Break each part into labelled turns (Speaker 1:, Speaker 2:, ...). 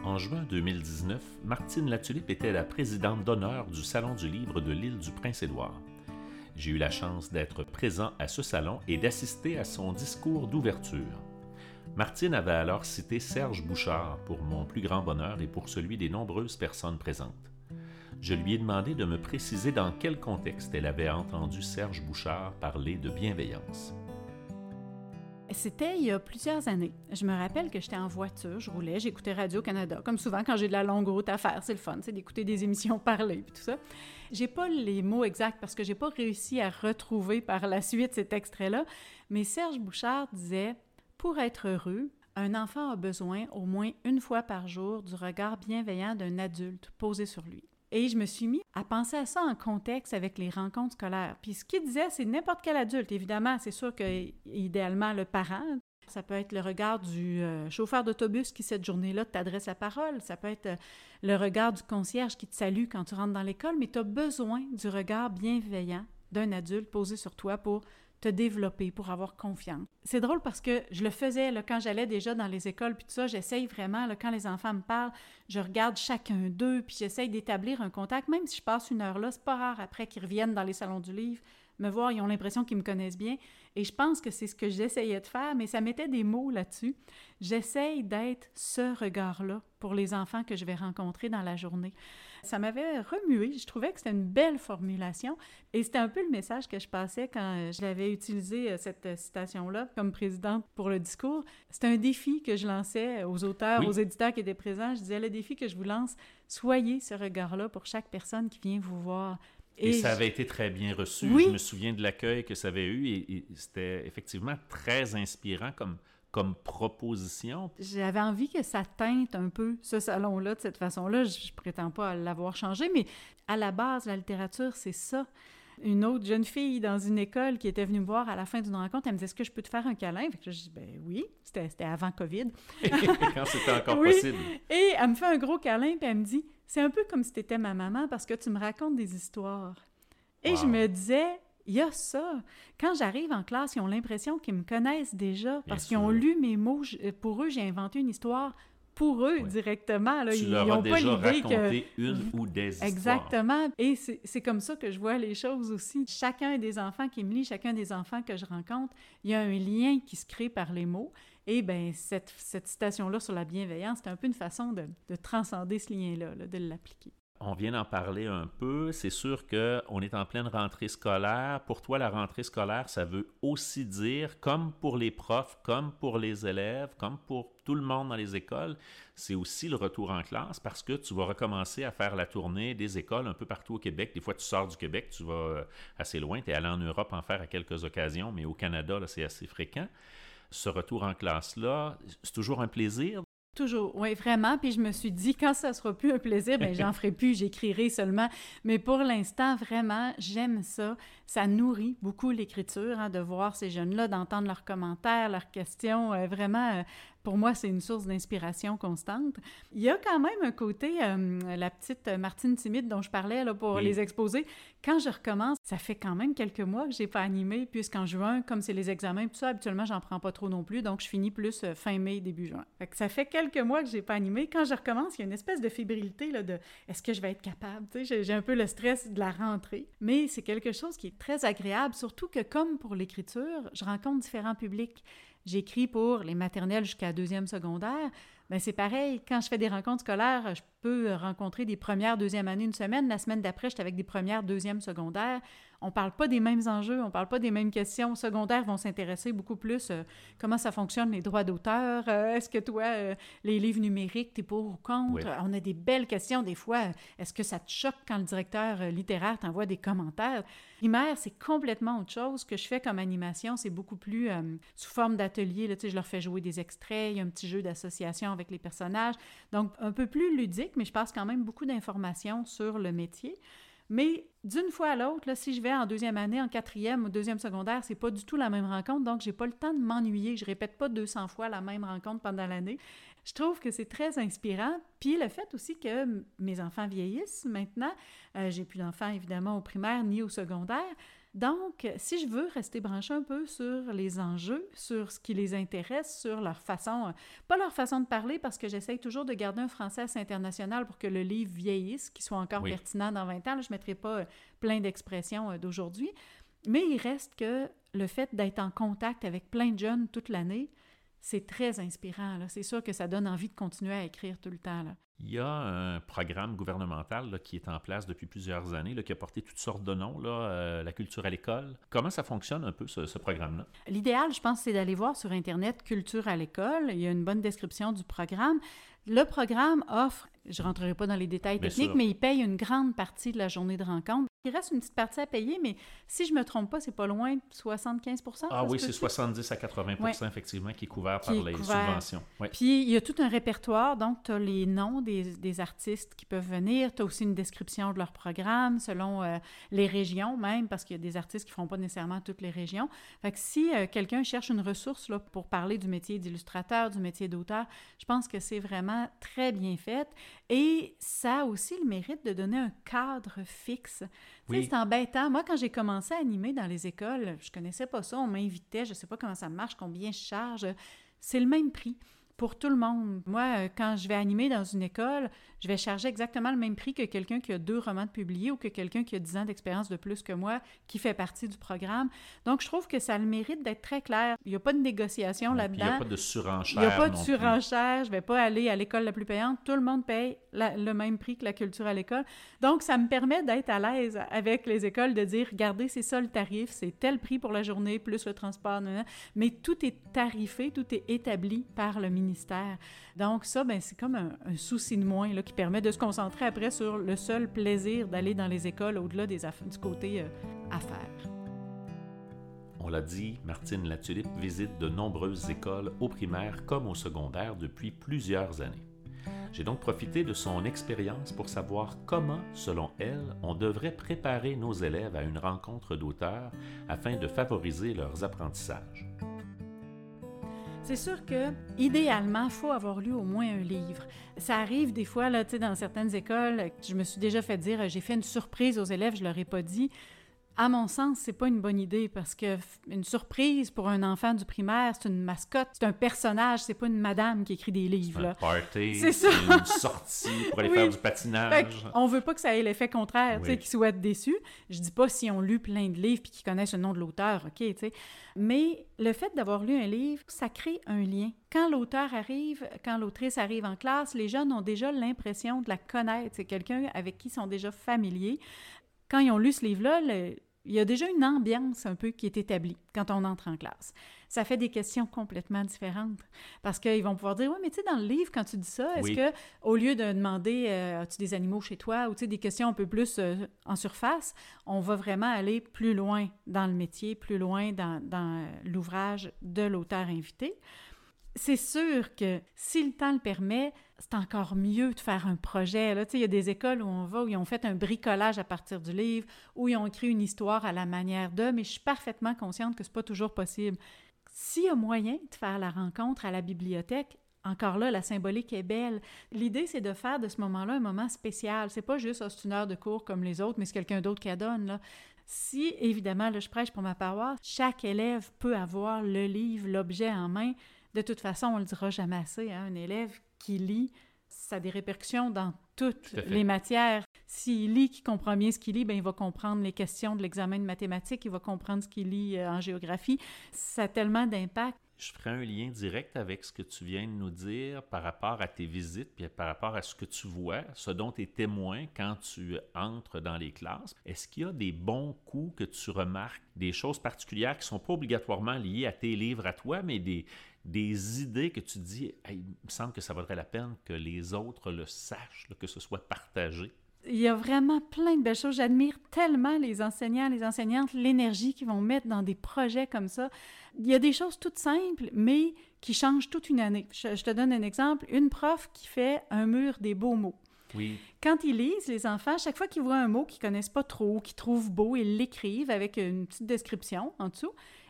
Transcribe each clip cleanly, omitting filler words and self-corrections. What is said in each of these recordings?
Speaker 1: En juin 2019, Martine Latulippe était la présidente d'honneur du Salon du livre de l'île du Prince-Édouard. J'ai eu la chance d'être présent à ce salon et d'assister à son discours d'ouverture. Martine avait alors cité Serge Bouchard pour mon plus grand bonheur et pour celui des nombreuses personnes présentes. Je lui ai demandé de me préciser dans quel contexte elle avait entendu Serge Bouchard parler de bienveillance.
Speaker 2: C'était il y a plusieurs années. Je me rappelle que j'étais en voiture, je roulais, j'écoutais Radio-Canada. Comme souvent, quand j'ai de la longue route à faire, c'est le fun, c'est d'écouter des émissions parler et tout ça. J'ai pas les mots exacts parce que j'ai pas réussi à retrouver par la suite cet extrait-là, mais Serge Bouchard disait « Pour être heureux, un enfant a besoin au moins une fois par jour du regard bienveillant d'un adulte posé sur lui. » Et je me suis mis à penser à ça en contexte avec les rencontres scolaires. Puis ce qu'il disait, c'est n'importe quel adulte. Évidemment, c'est sûr que, idéalement, le parent. Ça peut être le regard du chauffeur d'autobus qui, cette journée-là, t'adresse la parole. Ça peut être le regard du concierge qui te salue quand tu rentres dans l'école. Mais tu as besoin du regard bienveillant d'un adulte posé sur toi pour te développer, pour avoir confiance. C'est drôle parce que je le faisais là, quand j'allais déjà dans les écoles, puis tout ça, j'essaye vraiment, là, quand les enfants me parlent, je regarde chacun d'eux, puis j'essaye d'établir un contact, même si je passe une heure là, c'est pas rare après qu'ils reviennent dans les salons du livre, me voir, ils ont l'impression qu'ils me connaissent bien, et je pense que c'est ce que j'essayais de faire, mais ça mettait des mots là-dessus. J'essaye d'être ce regard-là pour les enfants que je vais rencontrer dans la journée. Ça m'avait remué, je trouvais que c'était une belle formulation, et c'était un peu le message que je passais quand j'avais utilisé cette citation-là comme présidente pour le discours. C'était un défi que je lançais aux auteurs, aux éditeurs qui étaient présents. Je disais, le défi que je vous lance, soyez ce regard-là pour chaque personne qui vient vous voir.
Speaker 1: Et ça avait été très bien reçu.
Speaker 2: Oui.
Speaker 1: Je me souviens de l'accueil que ça avait eu et c'était effectivement très inspirant comme proposition.
Speaker 2: J'avais envie que ça teinte un peu ce salon-là de cette façon-là. Je prétends pas l'avoir changé, mais à la base, la littérature, c'est ça. Une autre jeune fille dans une école qui était venue me voir à la fin d'une rencontre, elle me disait « Est-ce que je peux te faire un câlin? » Fait que je dis « Ben oui. » C'était avant COVID.
Speaker 1: Quand c'était encore possible.
Speaker 2: Et elle me fait un gros câlin, puis elle me dit « C'est un peu comme si tu étais ma maman parce que tu me racontes des histoires. » Et je me disais « Il y a ça. Quand j'arrive en classe, ils ont l'impression qu'ils me connaissent déjà parce qu'ils ont lu mes mots. Pour eux, j'ai inventé une histoire pour eux directement. Là.
Speaker 1: Tu leur as déjà raconté une ou des histoires.
Speaker 2: Exactement. Et c'est comme ça que je vois les choses aussi. Chacun des enfants qui me lit, chacun des enfants que je rencontre, il y a un lien qui se crée par les mots. Et bien, cette citation-là sur la bienveillance, c'est un peu une façon de transcender ce lien-là, de l'appliquer.
Speaker 1: On vient d'en parler un peu. C'est sûr qu'on est en pleine rentrée scolaire. Pour toi, la rentrée scolaire, ça veut aussi dire, comme pour les profs, comme pour les élèves, comme pour tout le monde dans les écoles, c'est aussi le retour en classe parce que tu vas recommencer à faire la tournée des écoles un peu partout au Québec. Des fois, tu sors du Québec, tu vas assez loin. Tu es allé en Europe en faire à quelques occasions, mais au Canada, là, c'est assez fréquent. Ce retour en classe-là, c'est toujours un plaisir.
Speaker 2: Toujours, oui, vraiment. Puis je me suis dit, quand ça sera plus un plaisir, bien, j'en ferai plus, j'écrirai seulement. Mais pour l'instant, vraiment, j'aime ça. Ça nourrit beaucoup l'écriture, de voir ces jeunes-là, d'entendre leurs commentaires, leurs questions. Vraiment, pour moi, c'est une source d'inspiration constante. Il y a quand même un côté, la petite Martine timide dont je parlais là, pour les exposer. Quand je recommence, ça fait quand même quelques mois que je n'ai pas animé, puisqu'en juin, comme c'est les examens, tout ça, habituellement, j'en prends pas trop non plus, donc je finis plus fin mai, début juin. Fait que ça fait quelques mois que je n'ai pas animé. Quand je recommence, il y a une espèce de fébrilité là, de « est-ce que je vais être capable? » Tu sais, j'ai un peu le stress de la rentrée, mais c'est quelque chose qui est très agréable, surtout que comme pour l'écriture, je rencontre différents publics. J'écris pour les maternelles jusqu'à 2e secondaire. Bien, c'est pareil, quand je fais des rencontres scolaires, je peux rencontrer des premières, 2e années une semaine. La semaine d'après, j'étais avec des premières, 2e secondaire. On ne parle pas des mêmes enjeux, on ne parle pas des mêmes questions. Secondaires vont s'intéresser beaucoup plus comment ça fonctionne, les droits d'auteur. Est-ce que toi, les livres numériques, t'es pour ou contre? Oui. On a des belles questions des fois. Est-ce que ça te choque quand le directeur littéraire t'envoie des commentaires? Primaire, c'est complètement autre chose. Ce que je fais comme animation, c'est beaucoup plus sous forme d'atelier. Là, je leur fais jouer des extraits, il y a un petit jeu d'association avec les personnages. Donc, un peu plus ludique, mais je passe quand même beaucoup d'informations sur le métier. Mais d'une fois à l'autre, là, si je vais en 2e année, en 4e ou 2e secondaire, c'est pas du tout la même rencontre, donc j'ai pas le temps de m'ennuyer. Je répète pas 200 fois la même rencontre pendant l'année. Je trouve que c'est très inspirant. Puis le fait aussi que mes enfants vieillissent maintenant, j'ai plus d'enfants évidemment au primaire ni au secondaire. Donc, si je veux rester branchée un peu sur les enjeux, sur ce qui les intéresse, sur leur façon, pas leur façon de parler, parce que j'essaye toujours de garder un français assez international pour que le livre vieillisse, qu'il soit encore pertinent dans 20 ans. Là, je ne mettrai pas plein d'expressions d'aujourd'hui. Mais il reste que le fait d'être en contact avec plein de jeunes toute l'année, c'est très inspirant. Là. C'est sûr que ça donne envie de continuer à écrire tout le temps. Là.
Speaker 1: Il y a un programme gouvernemental là, qui est en place depuis plusieurs années, là, qui a porté toutes sortes de noms, là, la culture à l'école. Comment ça fonctionne un peu, ce programme-là?
Speaker 2: L'idéal, je pense, c'est d'aller voir sur Internet « Culture à l'école ». Il y a une bonne description du programme. Le programme offre, je ne rentrerai pas dans les détails techniques, mais il paye une grande partie de la journée de rencontre. Il reste une petite partie à payer, mais si je ne me trompe pas, c'est pas loin de 75 %.
Speaker 1: Ah oui, c'est 70 à 80 effectivement, qui est couvert par les subventions. Oui.
Speaker 2: Puis, il y a tout un répertoire, donc tu as les noms des artistes qui peuvent venir, tu as aussi une description de leur programme, selon les régions même, parce qu'il y a des artistes qui ne feront pas nécessairement toutes les régions. Fait que si quelqu'un cherche une ressource là, pour parler du métier d'illustrateur, du métier d'auteur, je pense que c'est vraiment très bien fait. Et ça a aussi le mérite de donner un cadre fixe. Oui. Tu sais, c'est embêtant. Moi, quand j'ai commencé à animer dans les écoles, je connaissais pas ça, on m'invitait, je sais pas comment ça marche, combien je charge. C'est le même prix pour tout le monde. Moi, quand je vais animer dans une école, je vais charger exactement le même prix que quelqu'un qui a 2 romans de publiés ou que quelqu'un qui a 10 ans d'expérience de plus que moi, qui fait partie du programme. Donc, je trouve que ça a le mérite d'être très clair. Il n'y a pas de négociation là-dedans.
Speaker 1: Il n'y a pas de surenchère.
Speaker 2: Il n'y a pas de surenchère. Je ne vais pas aller à l'école la plus payante. Tout le monde paye le même prix que la culture à l'école. Donc, ça me permet d'être à l'aise avec les écoles, de dire, regardez, c'est ça le tarif, c'est tel prix pour la journée, plus le transport, mais tout est tarifé, tout est établi par le ministère. Donc ça, ben, c'est comme un souci de moins là, qui permet de se concentrer après sur le seul plaisir d'aller dans les écoles au-delà du côté affaires.
Speaker 1: On l'a dit, Martine Latulippe visite de nombreuses écoles au primaire comme au secondaire depuis plusieurs années. J'ai donc profité de son expérience pour savoir comment, selon elle, on devrait préparer nos élèves à une rencontre d'auteurs afin de favoriser leurs apprentissages.
Speaker 2: C'est sûr que, idéalement, il faut avoir lu au moins un livre. Ça arrive des fois, là, dans certaines écoles, je me suis déjà fait dire, j'ai fait une surprise aux élèves, je ne leur ai pas dit. À mon sens, c'est pas une bonne idée parce que une surprise pour un enfant du primaire, c'est une mascotte, c'est un personnage, c'est pas une madame qui écrit des livres.
Speaker 1: C'est un party,
Speaker 2: c'est ça.
Speaker 1: Une sortie pour aller faire du patinage.
Speaker 2: On veut pas que ça ait l'effet contraire, qu'ils soient déçus. Je dis pas si on lu plein de livres puis qu'ils connaissent le nom de l'auteur, OK, tu sais. Mais le fait d'avoir lu un livre, ça crée un lien. Quand l'auteur arrive, quand l'autrice arrive en classe, les jeunes ont déjà l'impression de la connaître. C'est quelqu'un avec qui ils sont déjà familiers. Quand ils ont lu ce livre-là, il y a déjà une ambiance un peu qui est établie quand on entre en classe. Ça fait des questions complètement différentes parce qu'ils vont pouvoir dire « Oui, mais tu sais, dans le livre, quand tu dis ça, est-ce que au lieu de demander « As-tu des animaux chez toi? » ou tu sais, des questions un peu plus en surface, on va vraiment aller plus loin dans le métier, plus loin dans l'ouvrage de l'auteur invité. C'est sûr que si le temps le permet, c'est encore mieux de faire un projet. Là, il y a des écoles où on va, où ils ont fait un bricolage à partir du livre, où ils ont écrit une histoire à la manière d'eux, mais je suis parfaitement consciente que c'est pas toujours possible. S'il y a moyen de faire la rencontre à la bibliothèque, encore là, la symbolique est belle. L'idée, c'est de faire de ce moment-là un moment spécial. C'est pas juste c'est une heure de cours comme les autres, mais c'est quelqu'un d'autre qui la donne, là. Si, évidemment, là, je prêche pour ma paroisse, chaque élève peut avoir le livre, l'objet en main. De toute façon, on ne le dira jamais assez, hein, un élève qui lit, ça a des répercussions dans toutes les matières. S'il lit, qu'il comprend bien ce qu'il lit, bien, il va comprendre les questions de l'examen de mathématiques, il va comprendre ce qu'il lit en géographie. Ça a tellement d'impact.
Speaker 1: Je ferai un lien direct avec ce que tu viens de nous dire par rapport à tes visites, puis par rapport à ce que tu vois, ce dont tu es témoin quand tu entres dans les classes. Est-ce qu'il y a des bons coups que tu remarques, des choses particulières qui ne sont pas obligatoirement liées à tes livres à toi, mais des idées que tu dis, hey, il me semble que ça vaudrait la peine que les autres le sachent, là, que ce soit partagé?
Speaker 2: Il y a vraiment plein de belles choses. J'admire tellement les enseignants, les enseignantes, l'énergie qu'ils vont mettre dans des projets comme ça. Il y a des choses toutes simples, mais qui changent toute une année. Je te donne un exemple. Une prof qui fait un mur des beaux mots.
Speaker 1: Oui.
Speaker 2: Quand ils lisent, les enfants, chaque fois qu'ils voient un mot qu'ils ne connaissent pas trop, qu'ils trouvent beau, ils l'écrivent avec une petite description en dessous.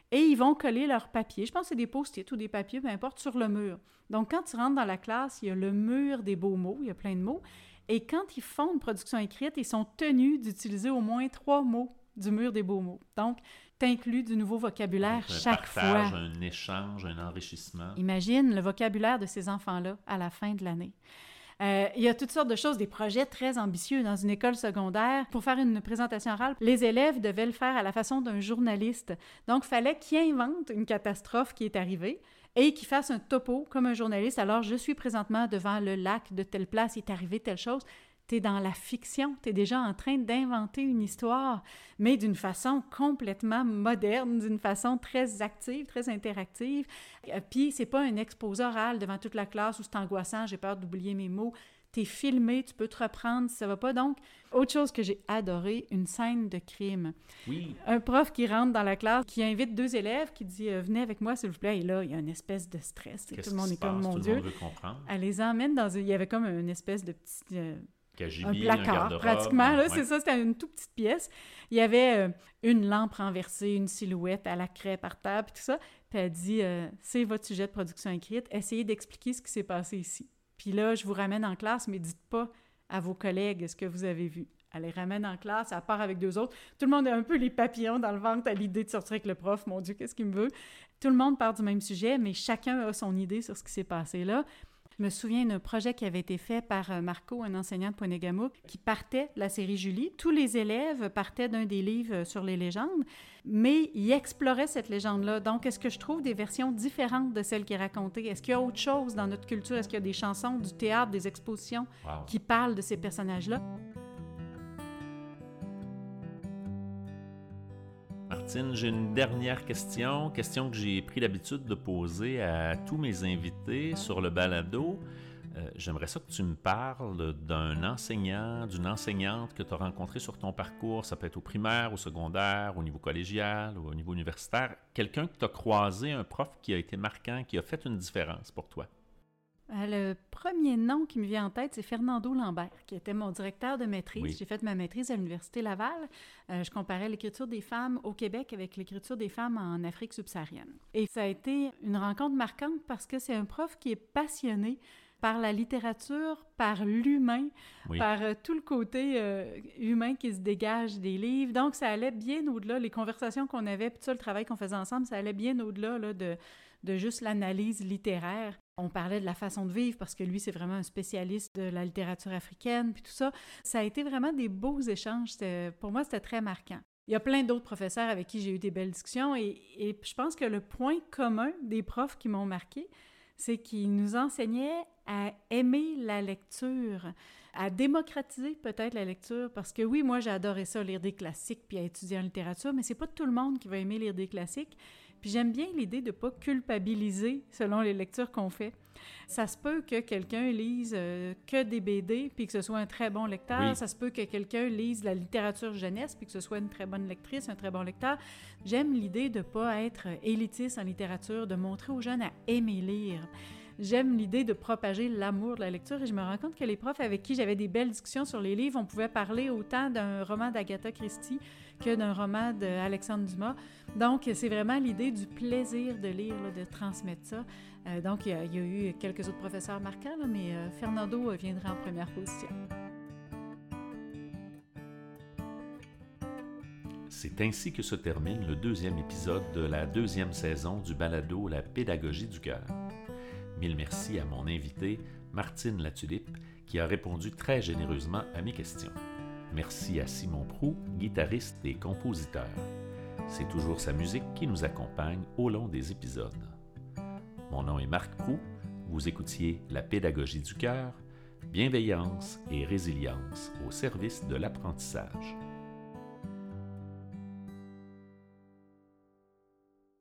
Speaker 2: et ils vont coller leurs papiers, je pense que c'est des post-it ou des papiers, peu importe, sur le mur. Donc, quand tu rentres dans la classe, il y a le mur des beaux mots, il y a plein de mots, et quand ils font une production écrite, ils sont tenus d'utiliser au moins 3 mots du mur des beaux mots. Donc, tu inclus du nouveau vocabulaire chaque
Speaker 1: partage,
Speaker 2: fois.
Speaker 1: Un échange, un enrichissement.
Speaker 2: Imagine le vocabulaire de ces enfants-là à la fin de l'année. Il y a toutes sortes de choses, des projets très ambitieux dans une école secondaire. Pour faire une présentation orale, les élèves devaient le faire à la façon d'un journaliste. Donc, il fallait qu'ils inventent une catastrophe qui est arrivée et qu'ils fassent un topo comme un journaliste. Alors, je suis présentement devant le lac de telle place, il est arrivé telle chose. Tu es dans la fiction, tu es déjà en train d'inventer une histoire, mais d'une façon complètement moderne, d'une façon très active, très interactive. Puis, c'est pas un exposé oral devant toute la classe où c'est angoissant, j'ai peur d'oublier mes mots. Tu es filmé, tu peux te reprendre si ça va pas. Donc, autre chose que j'ai adoré, une scène de crime.
Speaker 1: Oui.
Speaker 2: Un prof qui rentre dans la classe, qui invite 2 élèves, qui dit « Venez avec moi, s'il vous plaît. » Et là, il y a une espèce de stress. Et tout le monde est comme « Mon Dieu! »
Speaker 1: Tout le monde veut comprendre.
Speaker 2: Elle les emmène dans... Il y avait comme une espèce de petit...
Speaker 1: Cagibi,
Speaker 2: un placard, pratiquement. Là, ouais. C'est ça, c'était une toute petite pièce. Il y avait une lampe renversée, une silhouette à la craie par terre, puis tout ça. Puis elle dit c'est votre sujet de production écrite, essayez d'expliquer ce qui s'est passé ici. Puis là, je vous ramène en classe, mais dites pas à vos collègues ce que vous avez vu. Elle les ramène en classe, elle part avec 2 autres. Tout le monde a un peu les papillons dans le ventre à l'idée de sortir avec le prof. Mon Dieu, qu'est-ce qu'il me veut? Tout le monde part du même sujet, mais chacun a son idée sur ce qui s'est passé là. Je me souviens d'un projet qui avait été fait par Marco, un enseignant de Poinégamouk, qui partait de la série Julie. Tous les élèves partaient d'un des livres sur les légendes, mais ils exploraient cette légende-là. Donc, est-ce que je trouve des versions différentes de celles qui est racontée? Est-ce qu'il y a autre chose dans notre culture? Est-ce qu'il y a des chansons, du théâtre, des expositions qui parlent de ces personnages-là?
Speaker 1: Martine, j'ai une dernière question que j'ai pris l'habitude de poser à tous mes invités sur le balado. J'aimerais ça que tu me parles d'un enseignant, d'une enseignante que tu as rencontré sur ton parcours. Ça peut être au primaire, au secondaire, au niveau collégial, ou au niveau universitaire. Quelqu'un que tu as croisé, un prof qui a été marquant, qui a fait une différence pour toi.
Speaker 2: Le premier nom qui me vient en tête, c'est Fernando Lambert, qui était mon directeur de maîtrise. Oui. J'ai fait ma maîtrise à l'Université Laval. Je comparais l'écriture des femmes au Québec avec l'écriture des femmes en Afrique subsaharienne. Et ça a été une rencontre marquante parce que c'est un prof qui est passionné par la littérature, par l'humain, par tout le côté humain qui se dégage des livres. Donc, ça allait bien au-delà. Les conversations qu'on avait, puis tout ça, le travail qu'on faisait ensemble, ça allait bien au-delà là, de juste l'analyse littéraire. On parlait de la façon de vivre parce que lui, c'est vraiment un spécialiste de la littérature africaine, puis tout ça. Ça a été vraiment des beaux échanges. Pour moi, c'était très marquant. Il y a plein d'autres professeurs avec qui j'ai eu des belles discussions et je pense que le point commun des profs qui m'ont marqué, c'est qu'ils nous enseignaient à aimer la lecture, à démocratiser peut-être la lecture, parce que oui, moi, j'ai adoré ça, lire des classiques puis à étudier en littérature, mais c'est pas tout le monde qui va aimer lire des classiques. Puis j'aime bien l'idée de ne pas culpabiliser selon les lectures qu'on fait. Ça se peut que quelqu'un lise que des BD puis que ce soit un très bon lecteur. Oui. Ça se peut que quelqu'un lise la littérature jeunesse puis que ce soit une très bonne lectrice, un très bon lecteur. J'aime l'idée de ne pas être élitiste en littérature, de montrer aux jeunes à aimer lire. J'aime l'idée de propager l'amour de la lecture et je me rends compte que les profs avec qui j'avais des belles discussions sur les livres, on pouvait parler autant d'un roman d'Agatha Christie que d'un roman d'Alexandre Dumas. Donc, c'est vraiment l'idée du plaisir de lire, là, de transmettre ça. Donc, il y a eu quelques autres professeurs marquants, là, mais Fernando viendra en première position.
Speaker 1: C'est ainsi que se termine le 2e épisode de la 2e saison du balado La pédagogie du cœur. Mille merci à mon invitée, Martine Latulippe, qui a répondu très généreusement à mes questions. Merci à Simon Proulx, guitariste et compositeur. C'est toujours sa musique qui nous accompagne au long des épisodes. Mon nom est Marc Proulx, vous écoutiez La pédagogie du cœur, bienveillance et résilience au service de l'apprentissage.